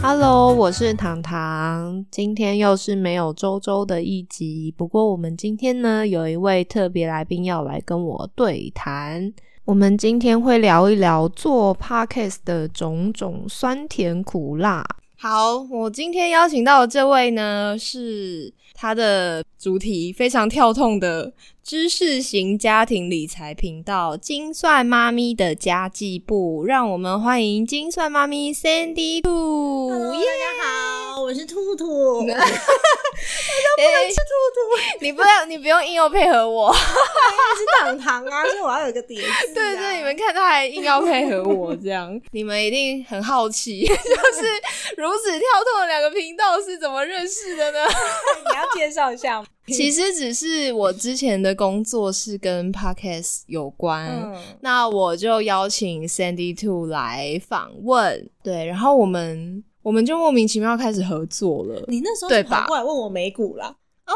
Hello， 我是糖糖，今天又是没有周周的一集，不过我们今天呢有一位特别来宾要来跟我对谈，我们今天会聊一聊做 Podcast 的种种酸甜苦辣。好，我今天邀请到的这位呢，是他的主题非常跳痛的知识型家庭理财频道精算妈咪的家计部，让我们欢迎精算妈咪 Sandy 兔。 Hello， 大家好，我是兔兔。我都不能吃兔兔， 你不用硬要配合我。 是糖糖啊，所以我要有个叠字、啊。 对对，你们看他还硬要配合我这样，你们一定很好奇，就是如此跳脱的两个频道是怎么认识的呢？ 你要介绍一下吗？ 其实只是我之前的工作是跟 Podcast 有关，那我就邀请 Sandy Two 来访问，对，然后我们就莫名其妙开始合作了。 你那时候是跑过来问我美股啦？ 哦，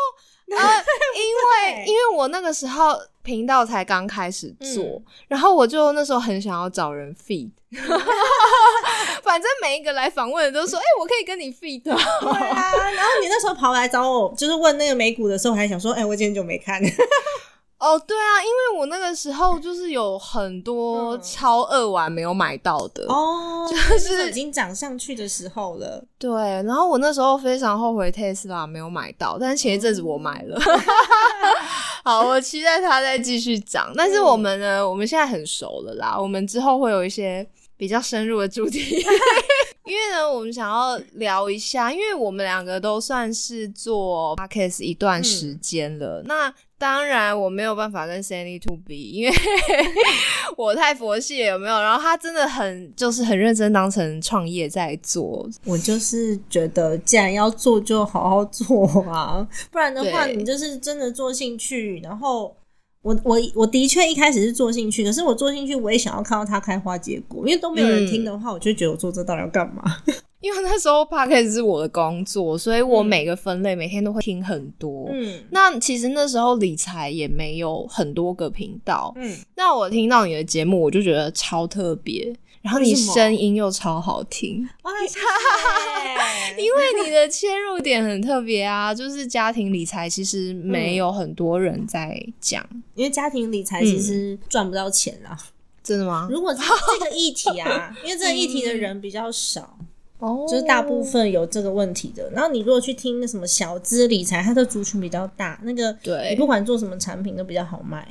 因为我那个时候频道才刚开始做，然后我就那时候很想要找人 feed 反正每一个来访问的都说我可以跟你 feed 对啊，然后你那时候跑来找我就是问那个美股的时候，我还想说我今天就没看哦，对啊，因为我那个时候就是有很多超二丸没有买到的就是已经涨上去的时候了。 对，然后我那时候非常后悔 Tesla 没有买到，但是前一阵子我买了好，我期待它再继续涨，但是我们呢我们现在很熟了啦，我们之后会有一些比较深入的主题因为呢我们想要聊一下，因为我们两个都算是做 Podcast 一段时间了，那当然我没有办法跟 Sandy Two 比，因为我太佛系了，有没有？然后他真的很认真当成创业在做。 我就是觉得既然要做就好好做啊，不然的话你就是真的做兴趣，然后我的确一开始是做兴趣，可是我做兴趣我也想要看到它开花结果，因为都没有人听的话，我就觉得我做这到底要干嘛因为那时候 Podcast 是我的工作，所以我每个分类每天都会听很多。那其实那时候理财也没有很多个频道。那我听到你的节目，我就觉得超特别，然后你声音又超好听。 谢谢因为你的切入点很特别啊，就是家庭理财其实没有很多人在讲， 因为家庭理财其实赚不到钱啦。 真的吗？ 如果是这个议题啊因为这个议题的人比较少就是大部分有这个问题的，然后你如果去听那什么小资理财，它的族群比较大，那个你不管做什么产品都比较好卖。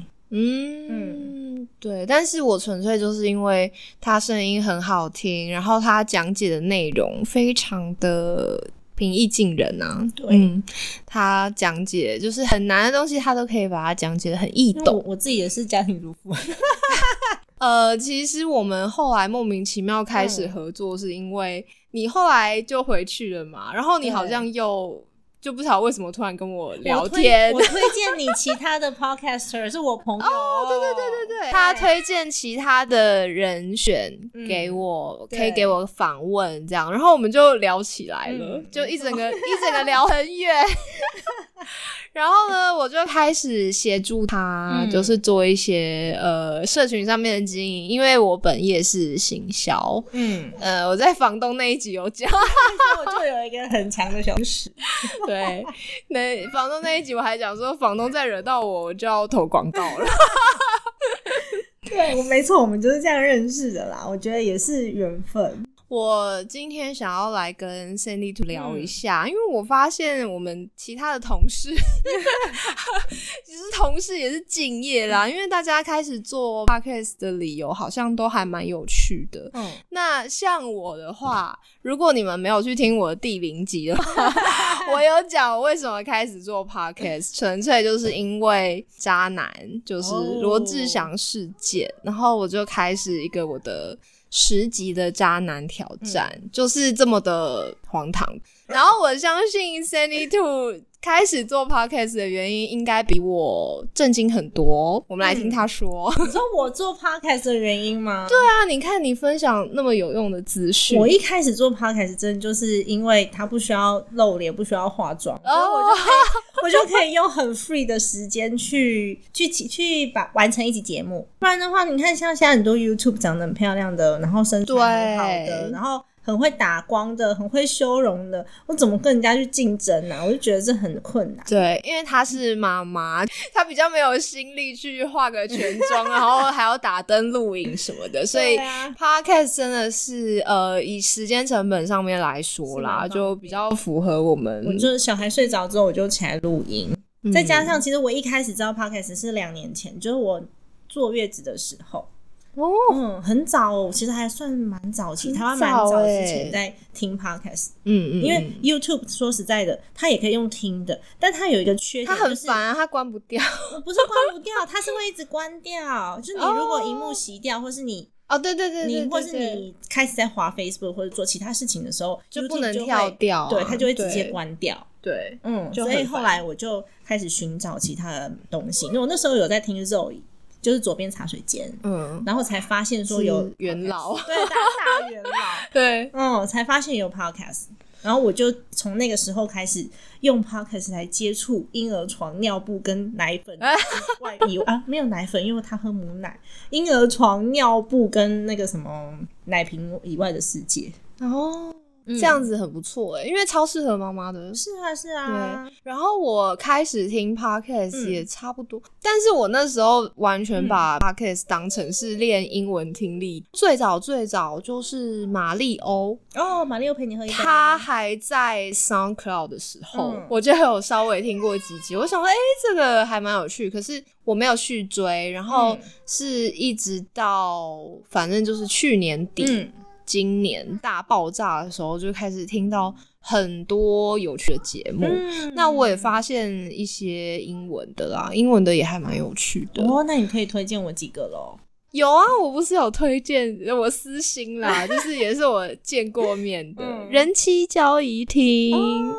对，但是我纯粹就是因为他声音很好听，然后他讲解的内容非常的平易近人啊。对，他讲解就是很难的东西他都可以把它讲解得很易懂。 我自己也是家庭主妇其实我们后来莫名其妙开始合作是因为你后来就回去了嘛，然后你好像就不知道为什么突然跟我聊天。 我推荐你其他的 podcaster 是我朋友对，他推荐其他的人选给我，可以给我访问这样，然后我们就聊起来了，就一整个聊很远然后呢我就开始协助他就是做一些社群上面的经营，因为我本业是行销。我在房东那一集有讲我就有一个很强的小事对，那房东那一集我还讲说房东再惹到我就要投广告了对，没错，我们就是这样认识的啦，我觉得也是缘分。 我今天想要来跟 Sandy Two 聊一下，因为我发现我们其他的同事其实同事也是敬业啦，因为大家开始做 Podcast 的理由好像都还蛮有趣的。那像我的话，如果你们没有去听我的第0集的话我有讲我为什么开始做 Podcast， 纯粹就是因为渣男就是罗志祥事件，然后我就开始一个我的10集的渣男挑战，就是这么的荒唐。然后我相信 Sandy Two 开始做 podcast 的原因应该比我震惊很多，我们来听他说。 你说我做 podcast 的原因吗？ 对啊，你看你分享那么有用的资讯。 我一开始做 podcast 真的就是因为他不需要露脸，不需要化妆，所以我就可以用很 free 的时间去完成一集节目。不然的话，你看像现在很多 YouTube 长得很漂亮的，然后身材很好的，然后很会打光的，很会修容的，我怎么跟人家去竞争啊？我就觉得这很困难。 对，因为她是妈妈，她比较没有心力去化个全妆然后还要打灯录影什么的，所以 Podcast 真的是以时间成本上面来说啦，就比较符合我们。 我就是小孩睡着之后我就起来录音，再加上其实我一开始知道 Podcast 是2年前，就是我坐月子的时候。很早，其实还算蛮早期，台湾蛮早之前在听 podcast。因为 YouTube 说实在的，它也可以用听的，但它有一个缺点， 它很烦啊，它关不掉。 不是关不掉，它是会一直关掉。就是你如果萤幕熄掉，或是你对， 或是你开始在滑 Facebook 或者做其他事情的时候， 就不能跳掉， 对，它就会直接关掉。 对， 所以后来我就开始寻找其他的东西。因为我那时候有在听 Zoe。就是左边茶水间，然后才发现说有元老， 对，大元老， 对， 才发现有 podcast， 然后我就从那个时候开始用 podcast 来接触婴儿床、尿布跟奶粉以外没有奶粉，因为他喝母奶，婴儿床、尿布跟那个什么奶瓶以外的世界。 这样子很不错因为超适合妈妈的。 是啊。 对，然后我开始听 podcast 也差不多，但是我那时候完全把 podcast 当成是练英文听力。最早就是马力欧马力欧陪你喝一杯， 他还在 SoundCloud 的时候，我就有稍微听过几集，我想说这个还蛮有趣，可是我没有续追，然后是一直到反正就是去年底今年大爆炸的时候就开始听到很多有趣的节目，那我也发现一些英文的啦，英文的也还蛮有趣的。 那你可以推荐我几个咯？ 有啊，我不是有推荐我私心啦就是也是我见过面的人妻交易厅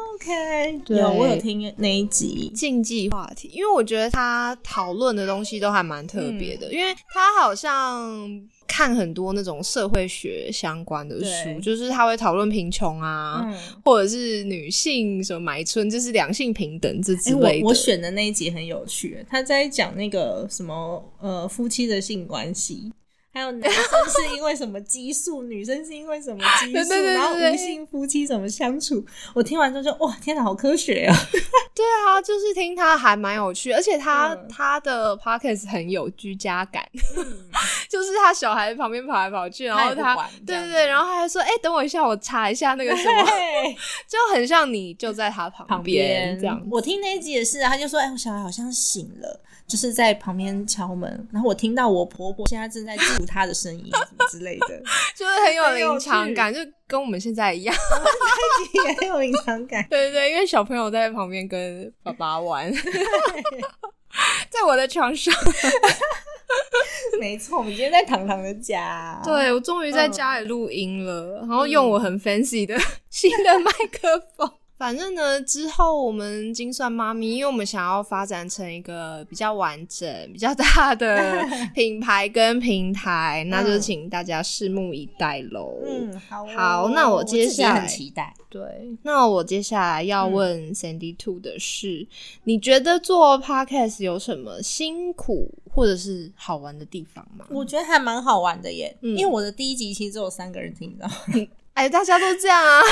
OK， 我有听那一集禁忌话题，因为我觉得他讨论的东西都还蛮特别的，因为他好像看很多那种社会学相关的书，就是他会讨论贫穷啊或者是女性什么买春，就是两性平等这之类的。 我选的那一集很有趣，他在讲那个什么夫妻的性关系，还有男生是因为什么激素女生是因为什么激素然后无性夫妻怎么相处。我听完之后就哇天哪好科学啊对啊，就是听他还蛮有趣，而且他的 podcast 很有居家感就是他小孩旁边跑来跑去，然后他对，然后他还说等我一下我查一下那个什么就很像你就在他旁边这样。 我听那一集也是他就说我小孩好像醒了，就是在旁边敲门，然后我听到我婆婆现在正在记录她的声音什么之类的就是很有临场感，就跟我们现在一样我们这一集也很有临场感对，因为小朋友在旁边跟爸爸玩在我的床上没错，我们今天在糖糖的家对，我终于在家里录音了然后用我很 fancy 的新的麦克风反正呢之后我们精算妈咪，因为我们想要发展成一个比较完整比较大的品牌跟平台那就请大家拭目以待咯好那我接下来我自己很期待。 对，那我接下来要问 Sandy Two 的是你觉得做 podcast 有什么辛苦或者是好玩的地方吗？ 我觉得还蛮好玩的耶因为我的第一集其实只有3个人听到大家都这样啊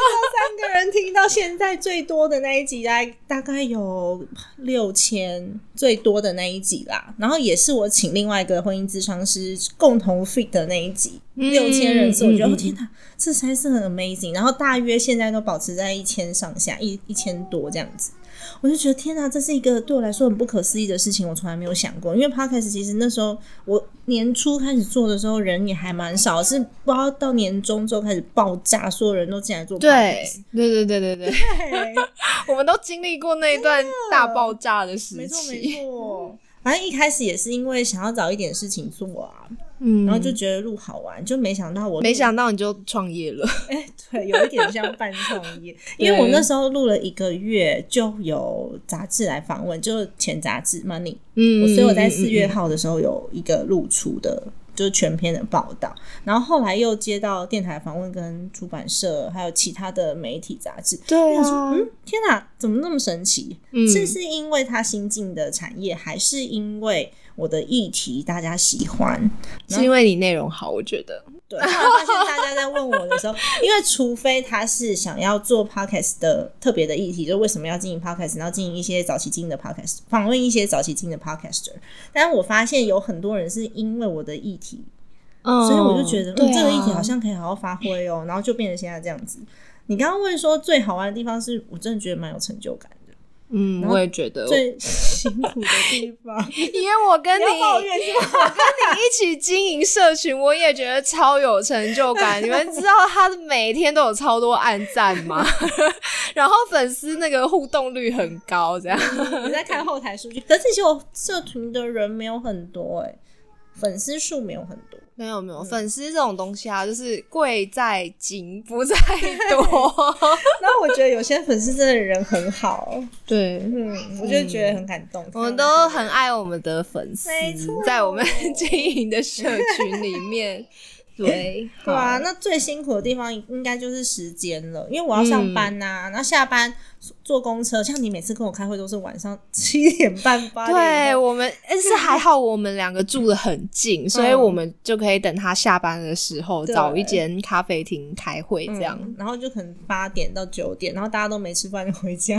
3个人听到现在最多的那一集大概有6000最多的那一集啦，然后也是我请另外一个婚姻咨商师共同 feed 的那一集6000人次，我觉得天哪这才是很 amazing， 然后大约现在都保持在1000上下1000多这样子，我就觉得天哪这是一个对我来说很不可思议的事情，我从来没有想过。因为 podcast 其实那时候我年初开始做的时候人也还蛮少，是不知道到年中之后开始爆炸，所有人都进来做 podcast。 对我们都经历过那一段大爆炸的时期。 没错反正一开始也是因为想要找一点事情做啊然后就觉得录好玩，就没想到你就创业了对，有一点像半创业因为我那时候录了1个月就有杂志来访问，就前杂志 Money 所以我在4月号的时候有一个露出的就是全篇的报道，然后后来又接到电台访问跟出版社还有其他的媒体杂志。 对啊天哪怎么那么神奇是因为它新进的产业，还是因为我的议题大家喜欢？ 是因为你内容好？我觉得对，后来发现大家在问我的时候，因为除非他是想要做 podcast 的特别的议题，就为什么要经营 podcast， 然后经营一些早期经营的 podcast， 访问一些早期经营的 podcaster， 但是我发现有很多人是因为我的议题，所以我就觉得这个议题好像可以好好发挥哦，然后就变成现在这样子。你刚刚问说最好玩的地方是，我真的觉得蛮有成就感的。 我也觉得最辛苦的地方因为我跟你一起经营社群，我也觉得超有成就感。你们知道他每天都有超多按赞吗？然后粉丝那个互动率很高，这样你在看后台数据，可是其实我社群的人没有很多粉丝数没有很多。 没有粉丝这种东西啊，就是贵在精不在多那我觉得有些粉丝真的人很好， 对， 我就觉得很感动。 我们都很爱我们的粉丝，在我们经营的社群里面对啊，那最辛苦的地方应该就是时间了，因为我要上班然后下班坐公车，像你每次跟我开会都是晚上7点半8点。 对，我们是还好我们两个住得很近，所以我们就可以等他下班的时候找一间咖啡厅开会这样， 然后就可能8点到9点，然后大家都没吃饭就回家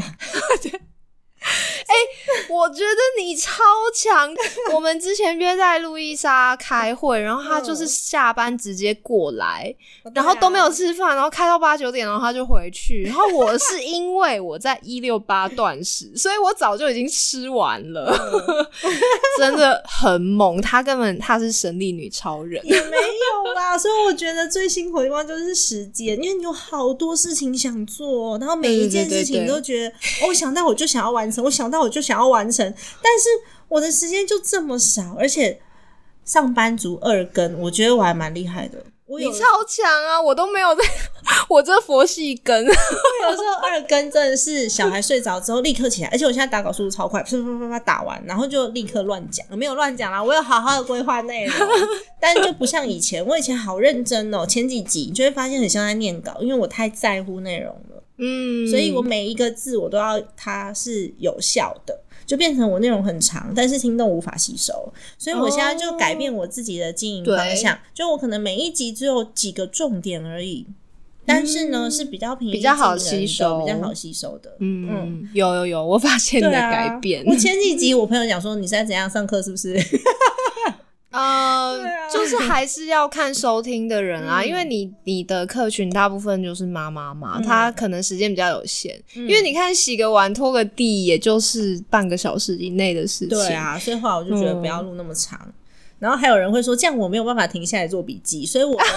我觉得你超强我们之前约在路易莎开会，然后他就是下班直接过来然后都没有吃饭，然后开到8、9点，然后他就回去。然后我是因为我在168断食，所以我早就已经吃完了真的很猛，他是神力女超人也没有啦。所以我觉得最辛苦的地方就是时间，因为你有好多事情想做，然后每一件事情都觉得我想到我就想要完成，我想到我就想要完成，但是我的时间就这么少，而且上班族2更，我觉得我还蛮厉害的。 你超强啊，我都没有在我这佛系更我有时候2更真的是小孩睡着之后立刻起来，而且我现在打稿速度超快，啪啪啪啪打完然后就立刻乱讲，没有乱讲啦，我有好好的规划内容但就不像以前，我以前好认真哦，前几集就会发现很像在念稿，因为我太在乎内容了，所以我每一个字我都要它是有效的，就变成我内容很长，但是听众无法吸收，所以我现在就改变我自己的经营方向，就我可能每一集只有几个重点而已，但是呢是比较平易近人的，比较好吸收的。 有我发现你的改变。 我前几集我朋友讲说你现在怎样上课是不是就是还是要看收听的人因为你的客群大部分就是妈妈嘛，她可能时间比较有限，因为你看洗个碗拖个地也就是半个小时以内的事情。 对啊，所以后来我就觉得不要录那么长，然后还有人会说这样我没有办法停下来做笔记，所以我你看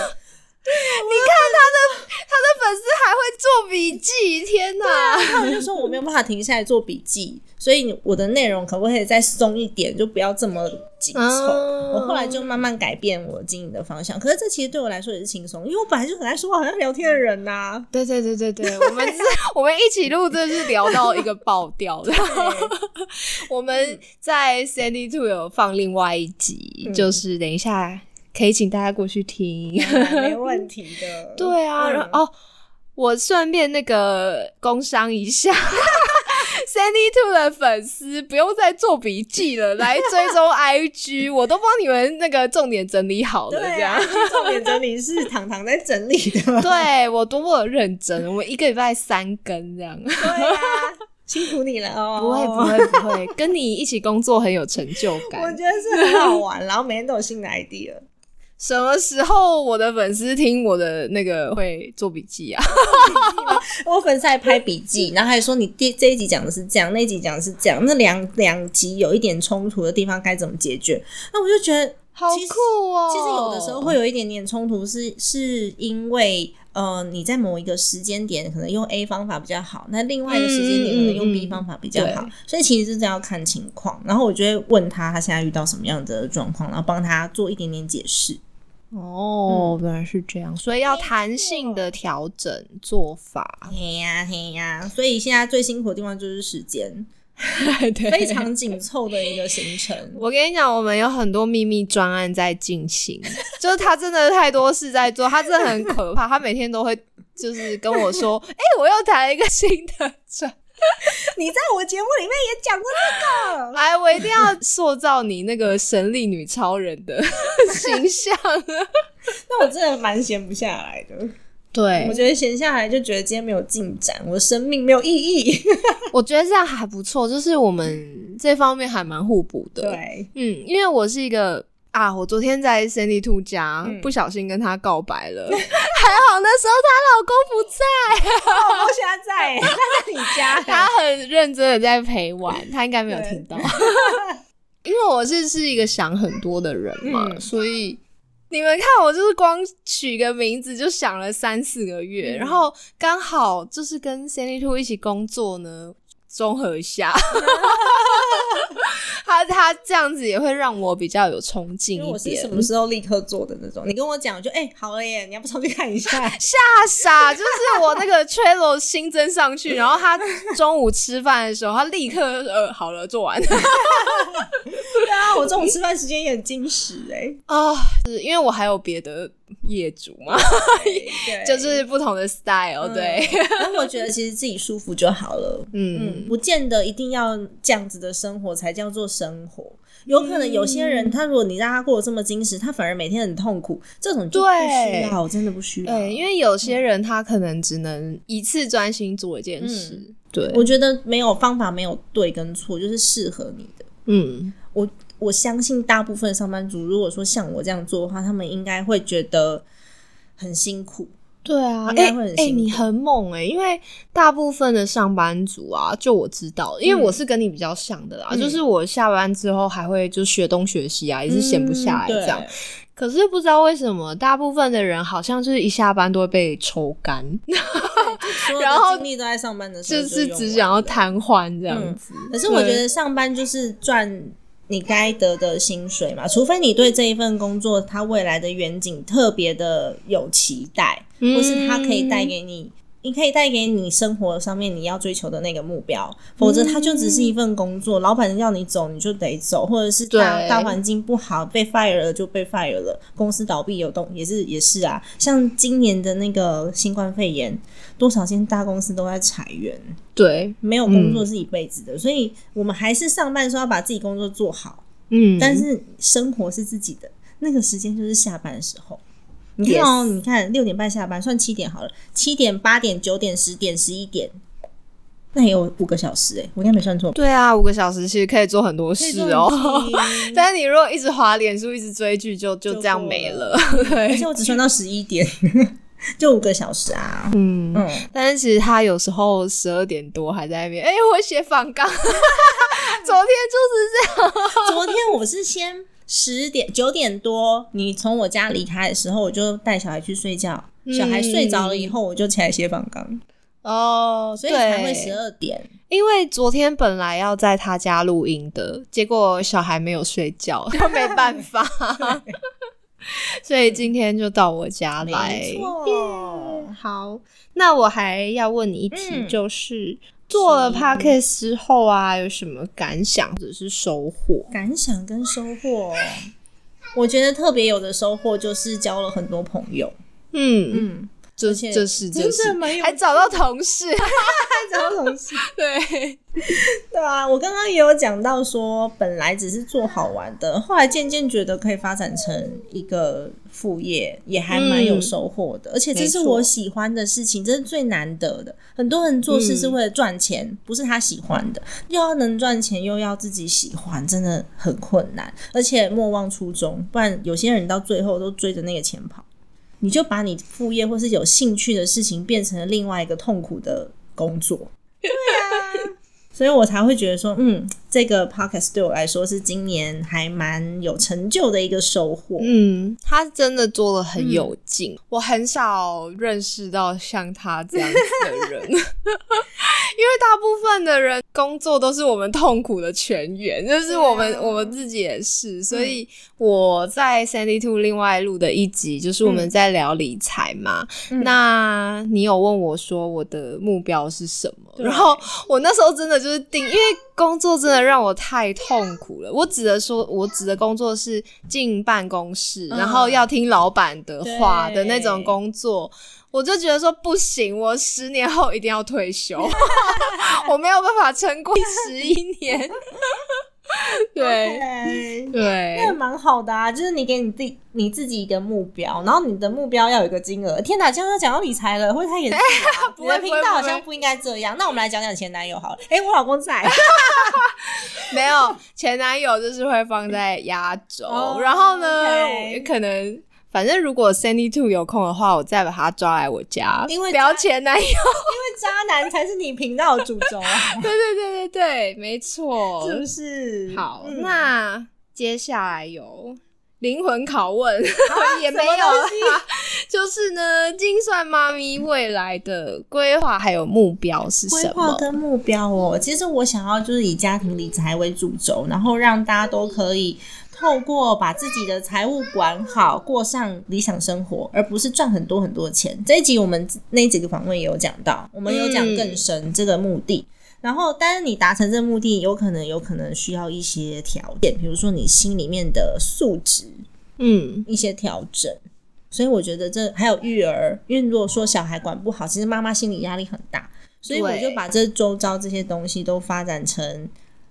他的粉丝还会做笔记，天哪他们就说我没有办法停下来做笔记，所以我的内容可不可以再松一点，就不要这么紧凑我后来就慢慢改变我经营的方向，可是这其实对我来说也是轻松，因为我本来就很爱说话，好像聊天的人对我们一起录真的是聊到一个爆掉的我们在 Sandy2 有放另外一集就是等一下可以请大家过去听没问题的对啊我顺便那个工商一下Sandy2 的粉丝不用再做笔记了，来追踪 IG 我都帮你们那个重点整理好了这样重点整理是糖糖在整理的对，我多么认真，我们1个礼拜3更这样对啊辛苦你了不会跟你一起工作很有成就感我觉得是很好玩然后每天都有新的 idea。 什么时候我的粉丝听我的那个会做笔记啊我粉丝还拍笔记然后还说你这一集讲的是这样，那一集讲的是这样，那两集有一点冲突的地方该怎么解决，那我就觉得好酷哦。 其实有的时候会有一点点冲突是因为你在某一个时间点可能用 A 方法比较好，那另外一个时间点可能用 B 方法比较好所以其实是这样要看情况，然后我就会问他现在遇到什么样的状况，然后帮他做一点点解释。 原来是这样，所以要弹性的调整做法。 嘿呀，所以现在最辛苦的地方就是时间非常紧凑的一个行程我跟你讲我们有很多秘密专案在进行就是他真的太多事在做，他真的很可怕他每天都会就是跟我说我又谈了一个新的专你在我节目里面也讲过这个。 来，我一定要塑造你那个神力女超人的形象。 那我真的蛮闲不下来的。 对， 我觉得闲下来就觉得今天没有进展，我的生命没有意义。 我觉得这样还不错，就是我们这方面还蛮互补的。 对， 因为我是一个我昨天在 Sandy Two 家不小心跟他告白了，还好那时候她老公不在。 我现在在，他在你家， 他很认真的在陪玩，他应该没有听到。因为我是一个想很多的人嘛，所以你们看我就是光取个名字就想了3-4个月，然后刚好就是跟 Sandy Two 一起工作呢，综合一下。他这样子也会让我比较有冲劲一点。 因为我是什么时候立刻做的那种，你跟我讲我就好了耶，你要不上去看一下？ 吓傻，就是我那个 Trello 新增上去，然后他中午吃饭的时候他立刻好了做完。 对啊，我中午吃饭时间也很精实是因为我还有别的业主嘛，就是不同的 style，对。 然后我觉得其实自己舒服就好了，不见得一定要这样子的生活才叫做生活。有可能有些人他如果你让他过得这么精实，他反而每天很痛苦，这种就不需要，真的不需要。 对，因为有些人他可能只能一次专心做一件事。对， 我觉得没有方法，没有对跟错，就是适合你的。我相信大部分上班族如果说像我这样做的话，他们应该会觉得很辛苦。 对啊， 应该会很辛苦。 你很猛因为大部分的上班族啊，就我知道，因为我是跟你比较像的啦，就是我下班之后还会就学东学西啊，也是闲不下来这样。可是不知道为什么大部分的人好像就是一下班都会被抽干， 然后精力都在上班的时候就是只想要瘫痪这样子。 可是我觉得上班就是赚你该得的薪水嘛，除非你对这一份工作它未来的远景特别的有期待，或是它可以带给你生活上面你要追求的那个目标，否则它就只是一份工作，老板要你走你就得走，或者是大环境不好被 fire 了就被 fire 了，公司倒闭也是啊，像今年的那个新冠肺炎，多少间大公司都在裁员，对，没有工作是一辈子的，所以我们还是上班的时候要把自己工作做好，但是生活是自己的，那个时间就是下班的时候。你看你看6点半下班，算7点好了，7点、8点、9点、10点、11点，那也有5个小时我应该没算错。 对啊，5个小时其实可以做很多事但是你如果一直滑脸书一直追剧就这样没了。对， 而且我只算到11点就5个小时啊。 但是其实他有时候12点多还在那边我写访纲。昨天就是这样。 昨天我是先9点多你从我家离开的时候，我就带小孩去睡觉，小孩睡着了以后我就起来写访纲。所以才会12点。 因为昨天本来要在他家录音的，结果小孩没有睡觉，就没办法。所以今天就到我家来。 没错。 好，那我还要问你一题，就是做了 podcast 之后啊，有什么感想或者是收获？ 感想跟收获，我觉得特别有的收获就是交了很多朋友。这是真的蛮有，还找到同事。 还找到同事。对啊，我刚刚也有讲到说本来只是做好玩的，后来渐渐觉得可以发展成一个副业，也还蛮有收获的，而且这是我喜欢的事情，这是最难得的。很多人做事是为了赚钱，不是他喜欢的，又要能赚钱又要自己喜欢，真的很困难，而且莫忘初衷，不然有些人到最后都追着那个钱跑，你就把你副业或是有兴趣的事情变成了另外一个痛苦的工作。对啊，所以我才会觉得说这个 podcast 对我来说是今年还蛮有成就的一个收获。 他真的做得很有劲，我很少认识到像他这样子的人。因为大部分的人工作都是我们痛苦的泉源，就是我们自己也是，所以我在 Sandy Two 另外录的一集就是我们在聊理财嘛，那你有问我说我的目标是什么，然后我那时候真的就是因为工作真的让我太痛苦了，我指的工作是进办公室然后要听老板的话的那种工作， 我就觉得说不行，我10年后一定要退休我没有办法撑过11年对、 okay, 对， 那蛮好的啊，就是你给你自己一个目标，然后你的目标要有一个金额。天哪，这样要讲到理财了，会太严肃了不会， 你的频道好像不应该这样。那我们来讲讲前男友好了。我老公在没有，前男友就是会放在压轴然后呢、 okay. 可能反正如果 Sandy Two 有空的话，我再把他抓来我家， 因为聊前男友，因为渣男才是你频道的主轴啊对对对对对，没错， 是不是？ 好、那接下来有灵魂拷问也没有啦，就是呢，精算妈咪未来的规划还有目标是什么？ 规划跟目标哦，其实我想要就是以家庭理财为主轴，然后让大家都可以透过把自己的财务管好，过上理想生活，而不是赚很多很多钱。这一集我们那几个访问也有讲到，我们有讲更深这个目的。然后但是你达成这个目的有可能需要一些条件，比如说你心里面的素质一些调整。所以我觉得这还有育儿，因为如果说小孩管不好，其实妈妈心理压力很大，所以我就把这周遭这些东西都发展成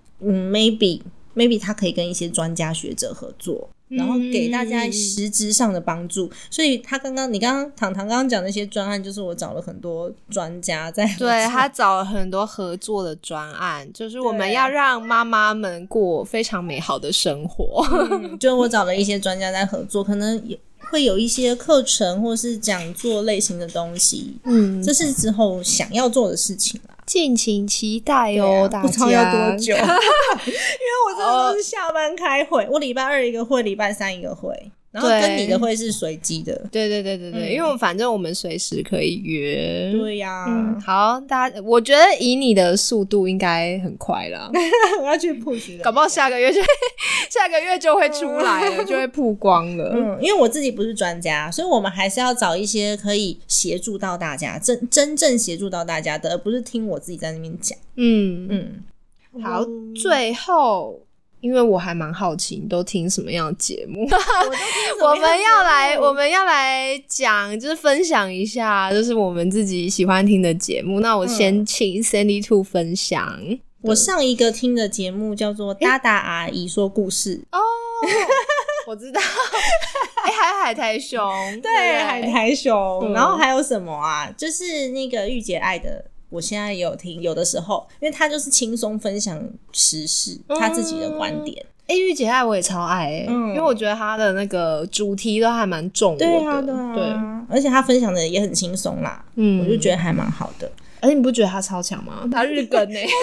maybe 他可以跟一些专家学者合作，然后给大家实质上的帮助。所以你刚刚糖糖刚刚讲那些专案，就是我找了很多专家在合作， 对，他找了很多合作的专案，就是我们要让妈妈们过非常美好的生活就我找了一些专家在合作，可能会有一些课程或是讲座类型的东西，这是之后想要做的事情啦， 敬请期待哦，大家不知道要多久因为我真的都是下班开会，我礼拜2一个会，礼拜3一个会，然后跟你的会是随机的。 对对对对对，因为反正我们随时可以约。 对呀、 好，我觉得以你的速度应该很快啦我要去 push 搞不好下个月就会出来了就会曝光了。 因为我自己不是专家，所以我们还是要找一些可以协助到大家，真正协助到大家的，而不是听我自己在那边讲。 好，最后因为我还蛮好奇你都听什么样的节目我们要来讲，就是分享一下就是我们自己喜欢听的节目。那我先请 Sandy Two 分享。 我上一个听的节目叫做大大阿姨说故事我知道还有海苔熊， 对，海苔熊然后还有什么啊，就是那个御姐爱的，我现在也有听，有的时候因为他就是轻松分享时事，他自己的观点。 御姐爱我也超爱因为我觉得他的那个主题都还蛮重我的。 对啊，而且他分享的也很轻松啦，我就觉得还蛮好的。 而且你不觉得他超强吗？他日更前辈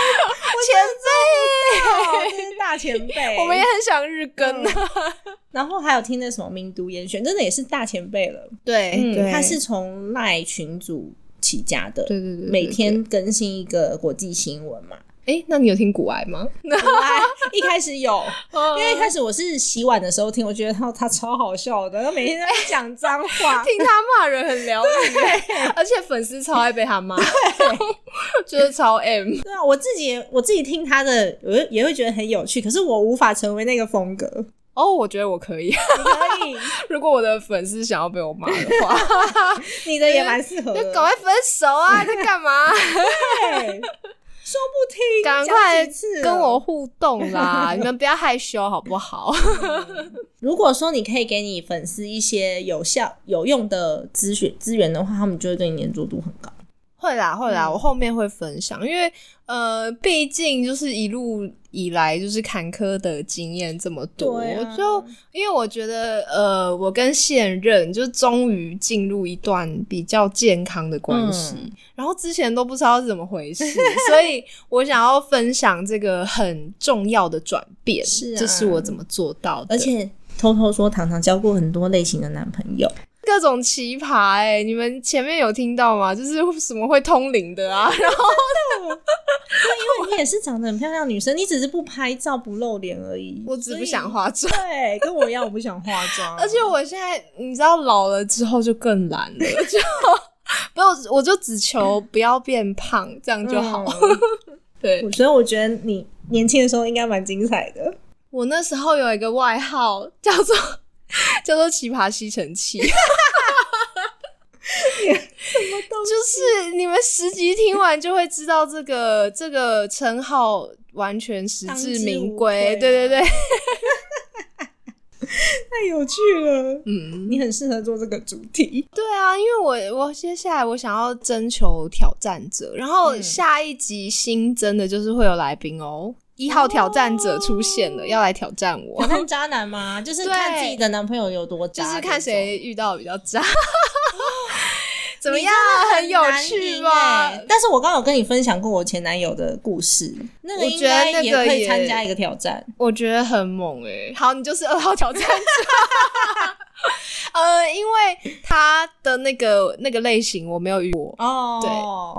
真是大前辈我们也很想日更然后还有听那什么名读严选，真的也是大前辈了。 对， 他是从LINE群组起家的， 对， 每天更新一个国际新闻嘛。 那你有听股癌吗？ 一开始有因为一开始我是洗碗的时候听，我觉得他超好笑的，他每天在讲脏话听他骂人很疗愈而且粉丝超爱被他骂就是超 M。 对啊，我自己听他的也会觉得很有趣，可是我无法成为那个风格。 我觉得我可以。你可以如果我的粉丝想要被我骂的话你的也蛮适合的， 就赶快分手啊在干嘛对，说不听， 赶快跟我互动啦你们不要害羞好不好如果说你可以给你粉丝一些有效有用的资源的话，他们就会对你黏着度很高。 会啦，我后面会分享，因为毕竟就是一路以来就是坎坷的经验这么多，就因为我觉得我跟现任就终于进入一段比较健康的关系，然后之前都不知道是怎么回事所以我想要分享这个很重要的转变，这是我怎么做到的。 而且偷偷说，糖糖交过很多类型的男朋友， 各种奇葩你们前面有听到吗？就是什么会通灵的啊，然后因为你也是长得很漂亮的女生，你只是不拍照不露脸而已。 我只不想化妆， 对，跟我一样，我不想化妆。 而且我现在你知道老了之后就更懒了，就我就只求不要变胖，这样就好。对， 所以我觉得你年轻的时候应该蛮精彩的。 我那时候有一个外号叫做奇葩吸尘器就是你们10集听完就会知道这个称号完全实至名归，对对对。 太有趣了，你很适合做这个主题。 对啊，因为我接下来我想要征求挑战者，然后下一集新增的就是会有来宾哦。1号挑战者出现了，要来挑战我。 挑战渣男吗？就是看自己的男朋友有多渣， 就是看谁遇到比较渣。怎么样？很有趣吧？ 但是我刚刚有跟你分享过我前男友的故事，那个应该也可以参加一个挑战。 我觉得很猛好，你就是2号挑战者。因为他的那个类型我没有遇过哦。对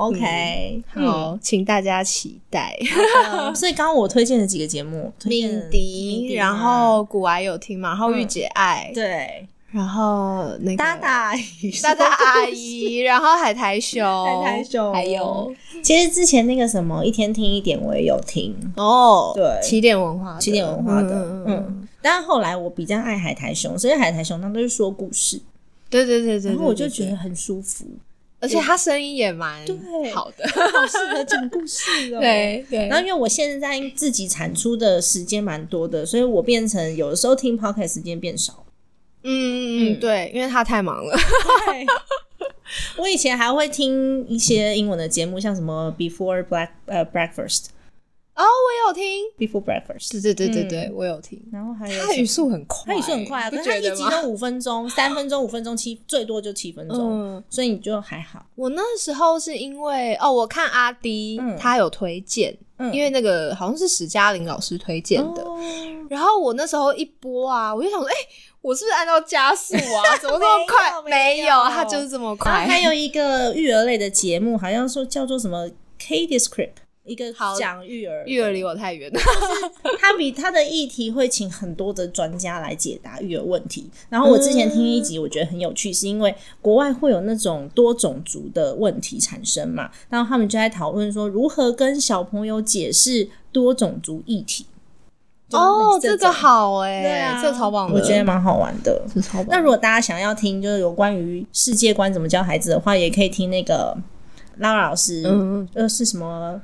，OK， 好，请大家期待。 所以刚刚我推荐了几个节目， 敏迪，然后古癌有听嘛，然后御姐爱， 对。 然后那个大大阿姨，然后海苔熊，还有其实之前那个什么一天听一点我也有听哦， 对， 起点文化的，但是后来我比较爱海苔熊，所以海苔熊它都是说故事， 对， 然后我就觉得很舒服， 而且他声音也蛮好的， 好适合讲故事哦。 对， 然后因为我现在自己产出的时间蛮多的，所以我变成有的时候听 podcast 时间变少。 对，因为他太忙了。 对，我以前还会听一些英文的节目，像什么 Before Breakfast。哦， 我有听 Before Breakfast。 对，我有听。 然后还有他语速很快， 可是他一集都5分钟，3分钟、5分钟，最多就7分钟，所以你就还好。 我那时候是因为我看阿滴他有推荐。因为那个好像是史嘉玲老师推荐的，然后我那时候一播我就想说我是不是按照加速怎么这么快？没有，它就是这么快。 还有一个育儿类的节目，好像说叫做什么 K-Descript， 一个讲育儿离我太远了。 他比他的议题会请很多的专家来解答育儿问题，然后我之前听一集我觉得很有趣，是因为国外会有那种多种族的问题产生嘛，然后他们就在讨论说如何跟小朋友解释多种族议题。 这个好对啊， 这个超棒的， 我觉得蛮好玩的， 是超棒的。 那如果大家想要听就是有关于世界观怎么教孩子的话，也可以听那个拉老师是什么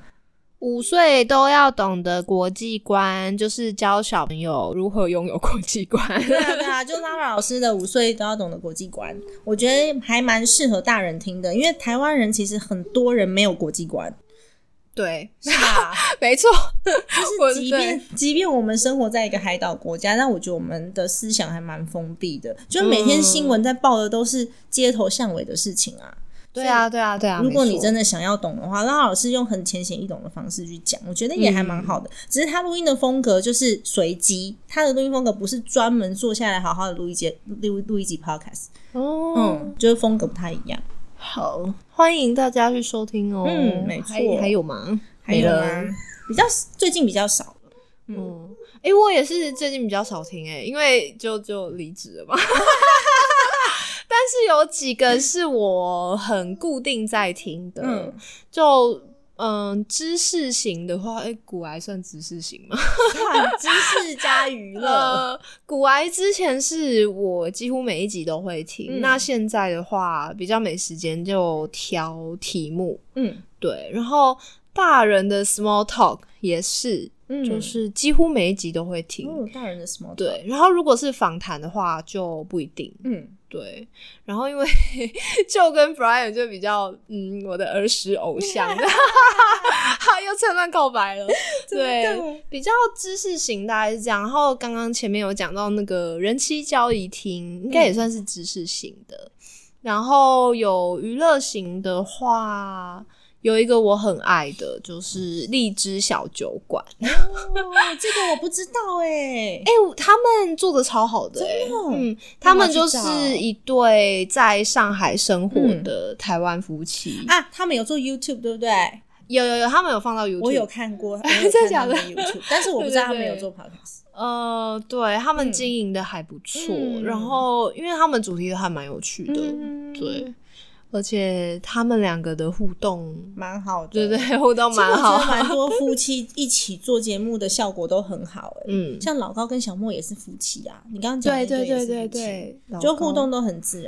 5岁都要懂得国际观，就是教小朋友如何拥有国际观。 对啊，就拉老师的5岁都要懂得国际观，我觉得还蛮适合大人听的，因为台湾人其实很多人没有国际观。 对， 是吧？ 没错， 就是即便我们生活在一个海岛国家，但我觉得我们的思想还蛮封闭的，就每天新闻在报的都是街头巷尾的事情啊。 对啊。 如果你真的想要懂的话，拉老师用很浅显易懂的方式去讲，我觉得也还蛮好的。只是他录音的风格就是随机，他的录音风格不是专门坐下来好好的录一集 podcast。就是风格不太一样。 好，欢迎大家去收听哦。 没错。 还有吗？ 还有吗？最近比较少了。 我也是最近比较少听因为就离职了嘛。但是有几个是我很固定在听的，就知识型的话，古癌算知识型吗？ 算知识加娱乐。 古癌之前是我几乎每一集都会听，那现在的话比较没时间，就挑题目。对，然后大人的 small talk 也是。就是几乎每一集都会听。 大人的 small talk。 对，然后如果是访谈的话就不一定。对，然后因为就跟 Brian 就比较我的儿时偶像的。又趁乱告白了。对，比较知识型大概是这样，然后刚刚前面有讲到那个人妻交易厅应该也算是知识型的。然后有娱乐型的话，有一个我很爱的就是荔枝小酒馆。 这个我不知道他们做的超好的他们就是一对在上海生活的台湾夫妻他们有做 YouTube 对不对？ 有他们有放到 YouTube， 我有看过， 真的假的 YouTube， 但是我不知道他们有做 podcast。 对，他们经营的还不错，然后因为他们主题都还蛮有趣的，对，而且他们两个的互动蛮好的， 对，互动蛮好。 我觉得蛮多夫妻一起做节目的效果都很好像老高跟小莫也是夫妻啊，你刚刚讲的对，就互动都很自然。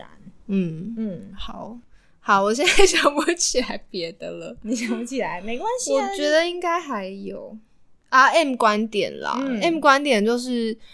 好，我现在想不起来别的了。 你想不起来没关系啊， 我觉得应该还有啊 M 观点啦、M 观点就是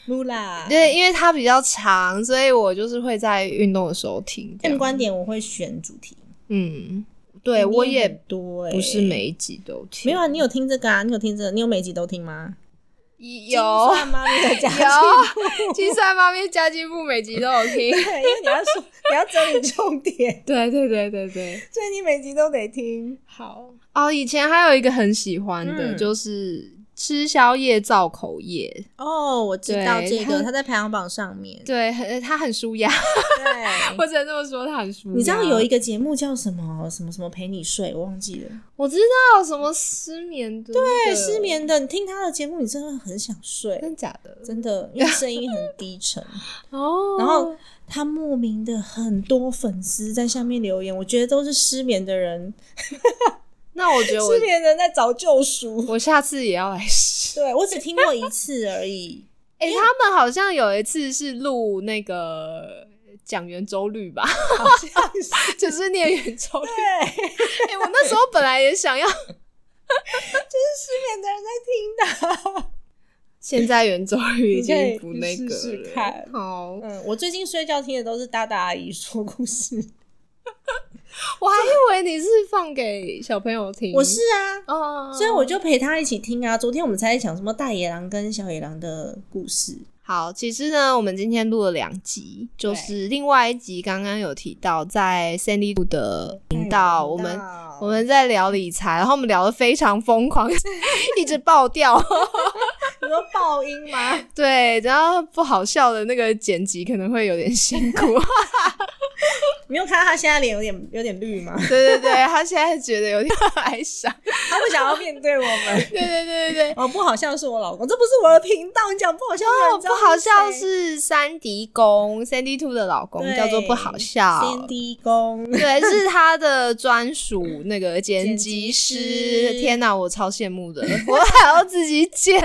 Mula， 对，因为它比较长，所以我就是会在运动的时候听。 M 观点我会选主题， 对，我也多不是每一集都听。 没有啊，你有听这个啊？你有听这个？你有每集都听吗？ 有精算妈咪的家计有精算妈咪家计部每集都有听， 对，因为你要整理重点， 对， 所以你每集都得听。 好哦，以前还有一个很喜欢的，就是吃宵夜造口业。 哦，我知道这个，他在排行榜上面。 对，他很舒压。 对， 我只能这么说，他很舒压。 你知道有一个节目叫什么陪你睡，我忘记了。 我知道什么失眠的、 对，失眠的，你听他的节目，你真的很想睡。 真的假的？ 真的，因为声音很低沉。 哦， 然后他莫名的很多粉丝在下面留言，我觉得都是失眠的人。 那我觉得失眠人在找救赎， 我下次也要来试。 对，我只听过一次而已。 他们好像有一次是录那个讲圆周率吧， 好像是就是念圆周率。 对， 我那时候本来也想要， 就是失眠的人在听的。 现在圆周率已经不那个了。 试试看。 好， 我最近睡觉听的都是大大阿姨说故事。 我还以为你是放给小朋友听。 我是啊，所以我就陪他一起听啊。昨天我们才在讲什么大野狼跟小野狼的故事。 好，其实呢，我们今天录了2集，就是另外一集刚刚有提到，在 Sandy 的频道，我们在聊理财，然后我们聊得非常疯狂，一直爆掉。 你说爆音吗？ 对，然后不好笑的那个剪辑可能会有点辛苦。 你有看到他现在脸有点绿吗？ 对，他现在觉得有点哀伤， 他不想要面对我们。 对。 哦，不好笑是我老公，这不是我的频道，你讲不好笑的人知道不好笑是山迪公 Sandy Two 的老公，叫做不好笑。 Sandy 公， 对，是他的专属那个剪辑师。天哪，我超羡慕的，我还要自己剪。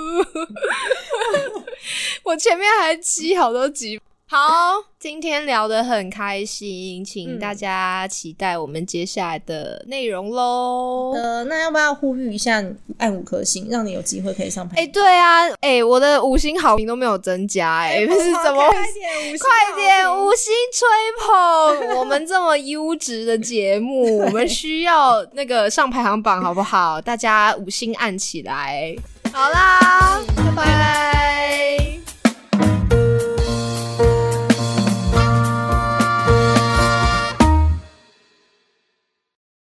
我前面还积好多集。好，今天聊得很开心，请大家期待我们接下来的内容咯。 那要不要呼吁一下按5颗星，让你有机会可以上排？ 对啊，我的5星好评都没有增加，是怎么？快点5星吹捧我们这么优质的节目，我们需要那个上排行榜好不好？大家5星按起来。好啦，拜拜。